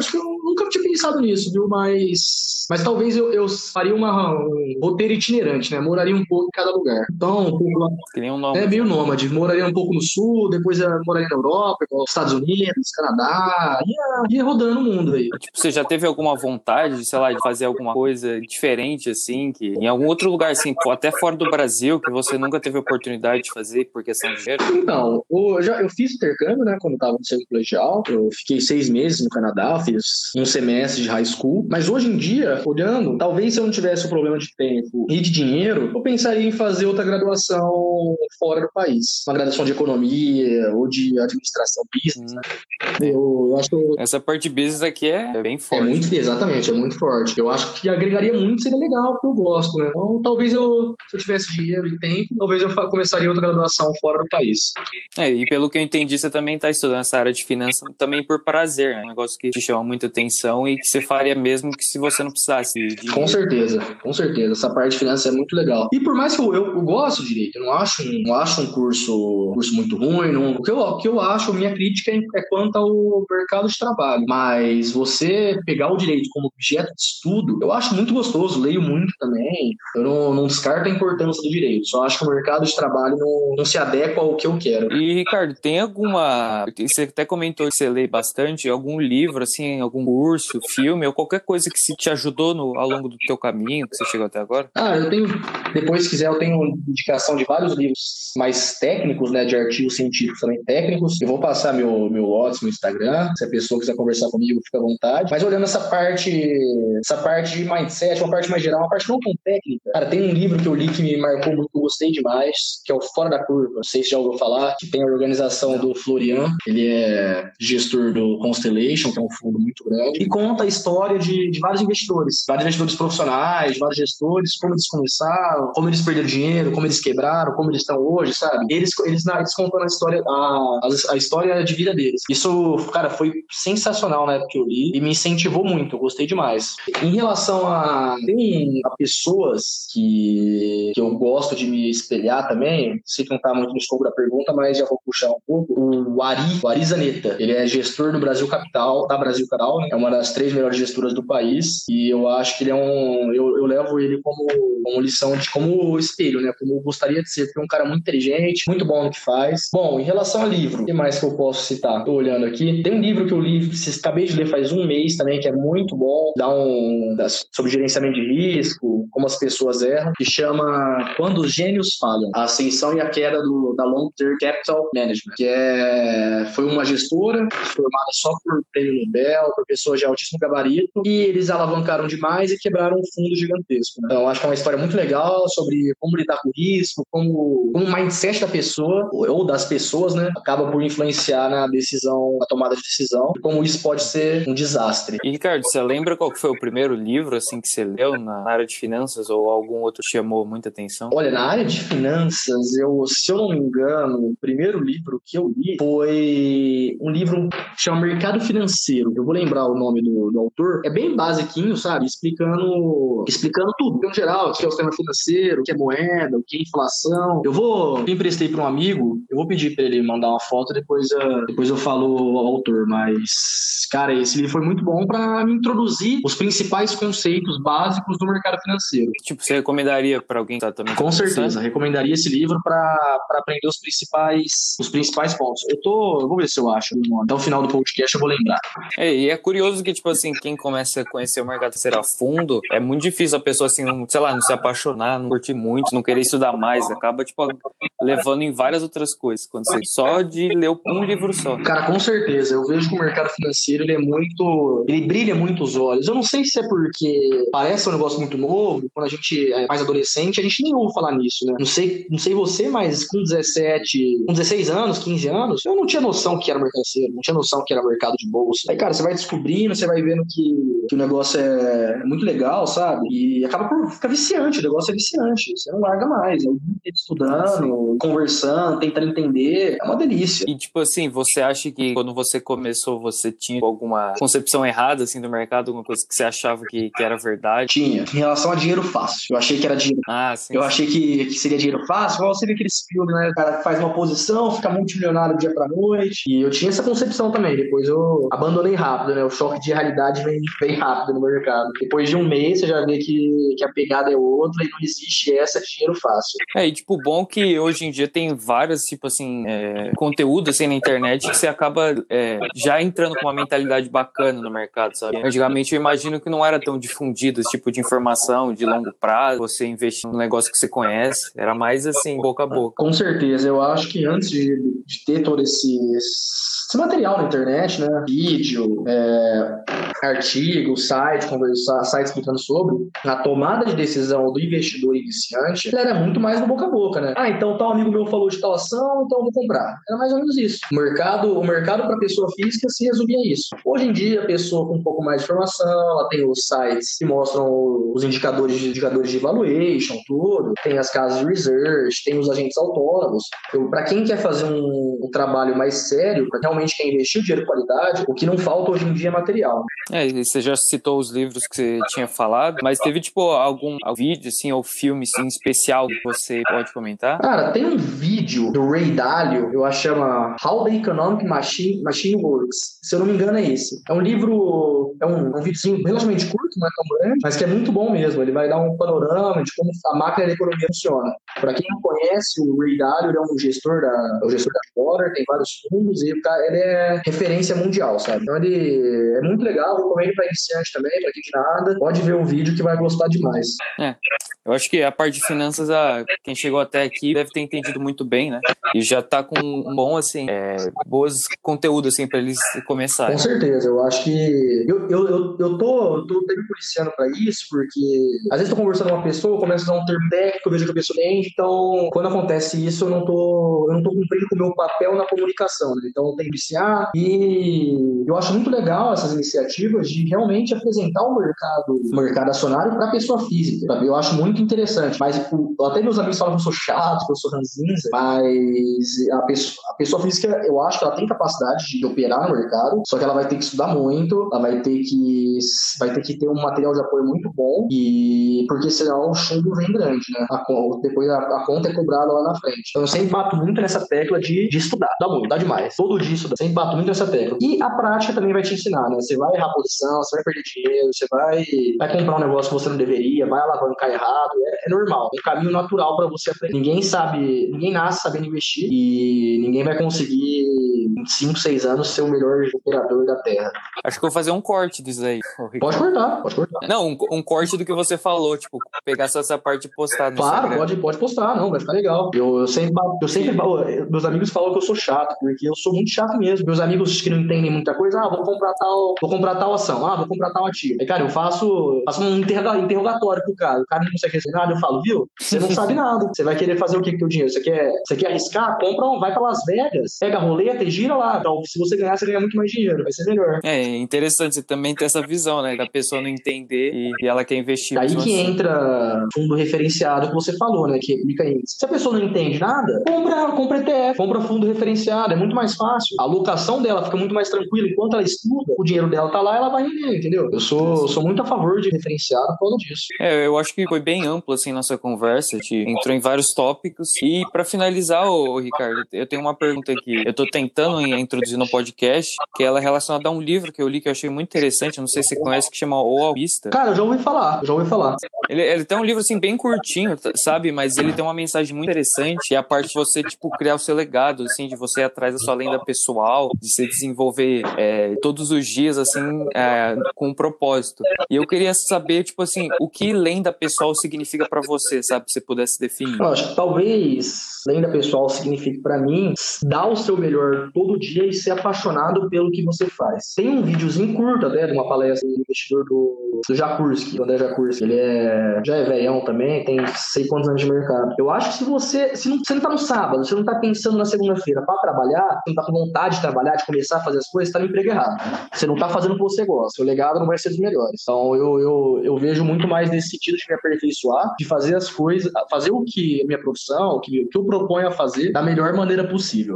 nunca tinha pensado nisso, viu? Mas talvez eu faria um roteiro itinerante, né? Moraria um pouco em cada lugar. Então, um pouco lá. Que nem um nômade. Meio nômade. Moraria um pouco no sul, depois moraria na Europa, Estados Unidos, Canadá. Ia rodando o mundo aí. Tipo, você já teve alguma vontade, sei lá, de fazer alguma coisa diferente, assim, que em algum outro lugar, assim, até fora do Brasil, que você nunca teve oportunidade de fazer por questão de dinheiro? Então, eu fiz intercâmbio, né, quando eu estava no ensino colegial. Eu fiquei 6 meses no Canadá, fiz um semestre de high school. Mas hoje em dia, olhando, talvez se eu não tivesse o problema de tempo e de dinheiro, eu pensaria em fazer outra graduação fora do país. Uma graduação de economia ou de administração business. Eu acho que essa parte de business aqui é bem forte. Exatamente, é muito forte. Eu acho que agregaria muito, seria legal, porque eu gosto, né? Então, talvez se eu tivesse dinheiro e tempo, talvez eu começaria outra graduação fora do país. E pelo que eu entendi, você também está estudando essa área de finanças também por prazer, né? Um negócio que te chama muita atenção e que você faria mesmo que se você não precisasse de dinheiro. Com certeza. Essa parte de finanças é muito legal. E por mais que eu gosto de direito, eu não acho um curso muito ruim. O que eu acho, minha crítica é quanto ao mercado de trabalho. Mas você pegar o direito como objeto de estudo, eu acho muito gostoso, leio muito também. Eu não descarto a importância do direito, só acho que o mercado de trabalho não se adequa ao que eu quero. E, Ricardo, tem alguma... Você até comentou que você lê bastante, algum livro, assim, algum curso, filme, ou qualquer coisa que te ajudou ao longo do teu caminho, que você chegou até agora? Eu tenho, depois se quiser, eu tenho indicação de vários livros mais técnicos, né, de artigos científicos também técnicos. Eu vou passar meu WhatsApp, meu Instagram, se a pessoa quiser conversar comigo, fica à vontade. Mas olhando essa parte de mindset, uma parte mais geral, uma parte não tão técnica. Cara, tem um livro que eu li que me marcou muito, que eu gostei demais, que é o Fora da Curva. Não sei se já ouviu falar, que tem a organização do Florian. Ele é gestor do Constellation, que é um fundo muito grande, e conta a história de vários investidores profissionais, vários gestores, como eles começaram, como eles perderam dinheiro, como eles quebraram, como eles estão hoje, sabe? Eles contando a história de vida deles. Isso, cara, foi sensacional na época que eu li e me incentivou muito, eu gostei demais. Em relação a pessoas que eu gosto de me espelhar também, sei que não tá muito no escopo da pergunta, mas já vou puxar um pouco. O Ari Zanetta, ele é gestor do Brasil Capital, da Brasil Capital, né? É uma das 3 melhores gestoras do país e eu acho que ele eu levo ele como lição, como espelho, né? Como eu gostaria de ser, porque é um cara muito inteligente, muito bom no que faz. Bom, em relação a livro, o que mais que eu posso citar? Tô olhando aqui. Tem um livro que eu li, acabei de ler faz um mês também, que é muito bom, sobre gerenciamento de risco, como as pessoas erram, que chama Quando os Gênios Falham, a ascensão e a queda da Long Term Capital Management, que foi uma gestora formada só por prêmio Nobel, por pessoas de altíssimo gabarito, e eles alavancaram demais e quebraram um fundo gigantesco. Então, acho que é uma história muito legal sobre como lidar com risco, como o mindset da pessoa, ou das pessoas, né, acaba por influenciar na tomada de decisão, e como isso pode ser um desastre. E, Ricardo, você lembra qual foi o primeiro livro, assim, que você leu na área de finanças, ou algum outro te chamou muita atenção? Olha, na área de finanças, se eu não me engano, o primeiro livro que eu li foi um livro que chama Mercado Financeiro. Eu vou lembrar o nome do autor. É bem basiquinho, sabe? Explicando tudo, em geral, o que é o sistema financeiro, o que é moeda, o que é inflação. Eu emprestei para um amigo, eu vou pedir para ele mandar uma foto, depois eu falo ao autor, mas, cara, esse livro foi muito bom para me introduzir os principais conceitos básicos do mercado financeiro. Tipo, você recomendaria para alguém que tá também? Com certeza, recomendaria esse livro para aprender os principais pontos. Eu vou ver se eu acho. Até o final do podcast eu vou lembrar. E é curioso que, tipo assim, quem começa a conhecer o mercado financeiro a fundo, é muito difícil a pessoa, assim, não se apaixonar, não curtir muito, não querer estudar mais, acaba, tipo, levando em várias outras coisas, quando você só de ler um livro só. Cara, com certeza, eu vejo que o mercado financeiro, ele brilha muito os olhos. Eu não sei se é porque parece um negócio muito novo, quando a gente é mais adolescente, a gente nem ouve falar nisso, né? Não sei você, mas com 16 anos, 15 anos, eu não tinha noção que era mercado financeiro, não tinha noção que era mercado de bolsa. Aí, cara, você vai descobrindo, você vai vendo que o negócio é muito legal, sabe? E acaba por ficar viciante, o negócio é viciante, você não larga mais. Eu estudando, conversando, tentando entender, é uma delícia. E, tipo assim, você acha que quando você começou, você tinha alguma concepção errada, assim, do mercado, alguma coisa que você achava que era verdade? Tinha. Em relação a dinheiro dinheiro fácil. Eu achei que era dinheiro. Sim. Eu achei que seria dinheiro fácil. Igual você vê aqueles filmes, né? O cara faz uma posição, fica multimilionário do dia pra noite. E eu tinha essa concepção também. Depois eu abandonei rápido, né? O choque de realidade vem rápido no mercado. Depois de um mês, você já vê que a pegada é outra e não existe essa de dinheiro fácil. E tipo, bom que hoje em dia tem várias, tipo assim, conteúdo assim na internet que você acaba já entrando com uma mentalidade bacana no mercado, sabe? Antigamente eu imagino que não era tão difundido esse tipo de informação de longo prazo, você investir num negócio que você conhece, era mais assim, boca a boca. Com certeza, eu acho que antes de ter todo esse material na internet, né? Vídeo, artigo, site explicando sobre a tomada de decisão do investidor iniciante, ele era muito mais no boca a boca, né? Então tal amigo meu falou de tal ação, então eu vou comprar. Era mais ou menos isso. O mercado para pessoa física se resumia a isso. Hoje em dia, a pessoa com um pouco mais de informação, ela tem os sites que mostram os indicadores de valuation, tudo. Tem as casas de research, tem os agentes autônomos. Para quem quer fazer um trabalho mais sério, para realmente quer investir o dinheiro de qualidade, o que não falta hoje em dia é material. Você já citou os livros que você tinha falado, mas teve tipo algum vídeo assim, ou filme assim, especial que você pode comentar? Cara, tem um vídeo do Ray Dalio, eu acho que chama How the Economic Machine Works. Se eu não me engano é esse. É um livro, um videozinho relativamente curto, não é tão grande, mas que é muito bom mesmo. Ele vai dar um panorama de como a máquina da economia funciona. Para quem não conhece, o Ray Dalio é um gestor da Ford, tem vários fundos e ele é referência mundial, sabe? Então ele é muito legal, recomendo para iniciante também, para quem de nada, pode ver o vídeo que vai gostar demais. Eu acho que a parte de finanças, quem chegou até aqui deve ter entendido muito bem, né? E já tá com um bom, assim, bons conteúdos, assim, para eles começarem. Com certeza, eu acho que eu tô até me policiando para isso, porque às vezes tô conversando com uma pessoa, eu começo a usar um termo técnico, eu vejo que a pessoa entende, então quando acontece isso, eu não tô cumprindo com o meu papel na comunicação, né? Então eu tenho que iniciar, e eu acho muito legal essas iniciativas de realmente apresentar o mercado acionário para a pessoa física, sabe? Eu acho muito interessante, mas até meus amigos falam que eu sou chato, que eu sou ranzinza, mas a pessoa física, eu acho que ela tem capacidade de operar no mercado, só que ela vai ter que estudar muito, ela vai ter que ter um material de apoio muito bom, e porque senão o chumbo vem grande, né? Depois a conta é cobrada lá na frente. Então eu sempre bato muito nessa tecla de estudar, dá muito, dá demais. Todo dia estudar, sempre bato muito nessa tecla. E a prática também vai te ensinar, né? Você vai errar a posição, você vai perder dinheiro, você vai comprar um negócio que você não deveria, vai alavancar errado, é normal, é um caminho natural para você aprender. Ninguém nasce sabendo investir e ninguém vai conseguir em 5, 6 anos ser o melhor operador da Terra. Acho que eu vou fazer um corte disso aí. Pode cortar. Não, um corte do que você falou, tipo, pegar só essa parte e postar no Instagram. Claro, pode postar, não, vai ficar legal. Eu sempre meus amigos falam que eu sou chato, porque eu sou muito chato mesmo. Meus amigos que não entendem muita coisa, vou comprar tal ação, vou comprar tal ativo. Aí, cara, eu faço um interrogatório pro cara. O cara não consegue responder nada, eu falo, viu? Você não sabe nada. Você vai querer fazer o que com o teu dinheiro? Você quer arriscar? Vai pra Las Vegas, pega a roleta e gira lá. Então, se você ganhar, você ganha muito mais dinheiro. Vai ser melhor. É interessante você também ter essa visão, né? Da pessoa não entender e ela quer investir. Daí que entra fundo referenciado que você falou, né? Que replica índice. Se a pessoa não entende nada, compra ETF, compra fundo referenciado. É muito mais fácil. A alocação dela fica muito mais tranquila. Enquanto ela estuda, o dinheiro dela tá lá, ela vai render, entendeu? Eu sou muito a favor de referenciado por causa disso. Eu acho que foi bem amplo, assim, nossa conversa. A gente entrou em vários tópicos. E pra finalizar, Ricardo, eu tenho uma pergunta aqui. Eu tô tentando introduzir no podcast, que ela é relacionada a um livro que eu li que eu achei muito interessante. Eu não sei se você conhece, que chama O Alpista. Cara, eu já ouvi falar. Ele tem um livro, assim, bem curtinho, sabe? Mas ele tem uma mensagem muito interessante. E a parte de você, tipo, criar o seu legado, assim, de você ir atrás da sua lenda pessoal, de se desenvolver todos os dias, assim, com um propósito. E eu queria saber, tipo assim, o que lenda pessoal significa pra você, sabe? Se você pudesse definir. Eu acho que talvez lenda pessoal signifique pra mim dar o seu melhor todo dia e ser apaixonado pelo que você faz. Tem um videozinho curto até de uma palestra do investidor do Jakursky, do André Jakursky. Ele já é velhão também, tem sei quantos anos de mercado. mercado. Eu acho que se você não tá no sábado, você não tá pensando na segunda-feira pra trabalhar, você não tá com vontade de trabalhar, de começar a fazer as coisas, você tá no emprego errado. Você não tá fazendo o que você gosta. Seu legado não vai ser dos melhores. Então, eu vejo muito mais nesse sentido de me aperfeiçoar, de fazer as coisas, fazer o que a minha profissão, o que eu proponho a fazer da melhor maneira possível.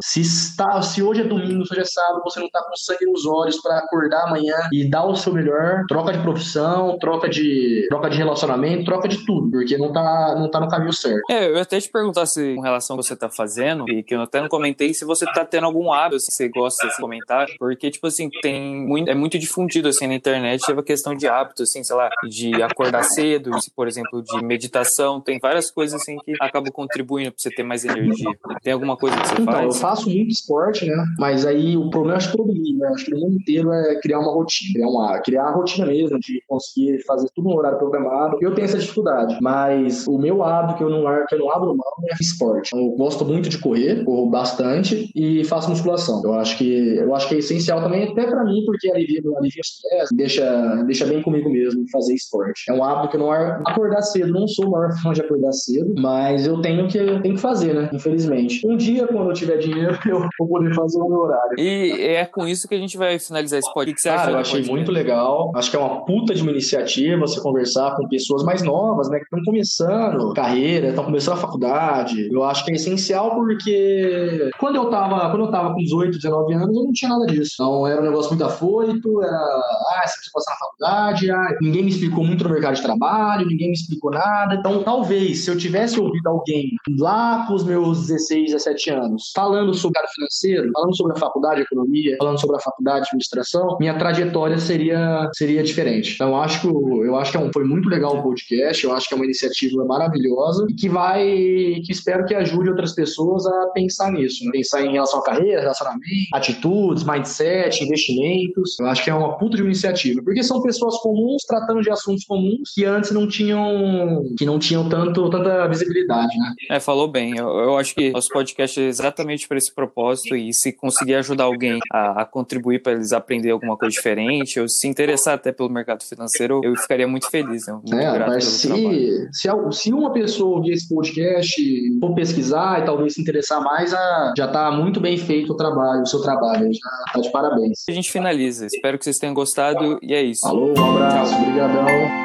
Se hoje é domingo, se hoje é sábado, você não tá com sangue nos olhos pra acordar amanhã e dar o seu melhor, troca de profissão, troca de relacionamento, troca de tudo, porque não tá no caminho certo. Eu ia até te perguntar se, com relação ao que você tá fazendo, e que eu até não comentei, se você tá tendo algum hábito, se você gosta de comentar, porque, tipo assim, é muito difundido, assim, na internet, a questão de hábito, assim, sei lá, de acordar cedo, por exemplo, de meditação, tem várias coisas, assim, que acabam contribuindo pra você ter mais energia. Tem alguma coisa que você faz? Então, eu faço muito esporte, né? Mas aí o problema acho que todo mundo, né? Acho que o mundo inteiro é criar uma rotina, criar a rotina mesmo, de conseguir fazer tudo no horário programado. Eu tenho essa dificuldade, mas o meu hábito que eu não abro mão é esporte. Eu gosto muito de correr, corro bastante e faço musculação. Eu acho que é essencial também, até pra mim, porque alivia o estresse, deixa bem comigo mesmo fazer esporte. É um hábito que eu não acordar cedo, não sou o maior fã de acordar cedo, mas eu tenho que fazer, né? Infelizmente. Um dia, quando eu tiver dinheiro, eu vou poder fazer o meu horário. E é com isso que a gente vai finalizar esse podcast. O que você acha? Eu achei muito legal. Acho que é uma puta de uma iniciativa você conversar com pessoas mais novas, né? Que estão começando carreira, estão começando a faculdade. Eu acho que é essencial porque quando eu tava com 18, 19 anos, eu não tinha nada disso. Então era um negócio muito afoito, você precisa passar na faculdade, ninguém me explicou muito no mercado de trabalho, ninguém me explicou nada. Então, talvez, se eu tivesse ouvido alguém lá com os meus 16, 17 anos, falando sobre o financeiro, falando sobre a faculdade de economia, falando sobre a faculdade de administração, minha trajetória seria diferente. Então, eu acho que foi muito legal o podcast, eu acho que é uma iniciativa maravilhosa e que espero que ajude outras pessoas a pensar nisso, né? Pensar em relação à carreira, relacionamento, atitudes, mindset, investimentos. Eu acho que é uma puta de uma iniciativa, porque são pessoas comuns tratando de assuntos comuns que antes não tinham tanta visibilidade, né? Falou bem. Eu acho que nosso podcast é exatamente para esse propósito, e se conseguir ajudar alguém a contribuir para eles aprenderem alguma coisa diferente, ou se interessar até pelo mercado financeiro, eu ficaria muito feliz, né? Muito grato mas pelo trabalho. Se uma pessoa ouvir esse podcast, for pesquisar e talvez se interessar mais, já está muito bem feito o seu trabalho, já está de parabéns. A gente finaliza. Espero que vocês tenham gostado, e é isso. Falou, um abraço, obrigadão.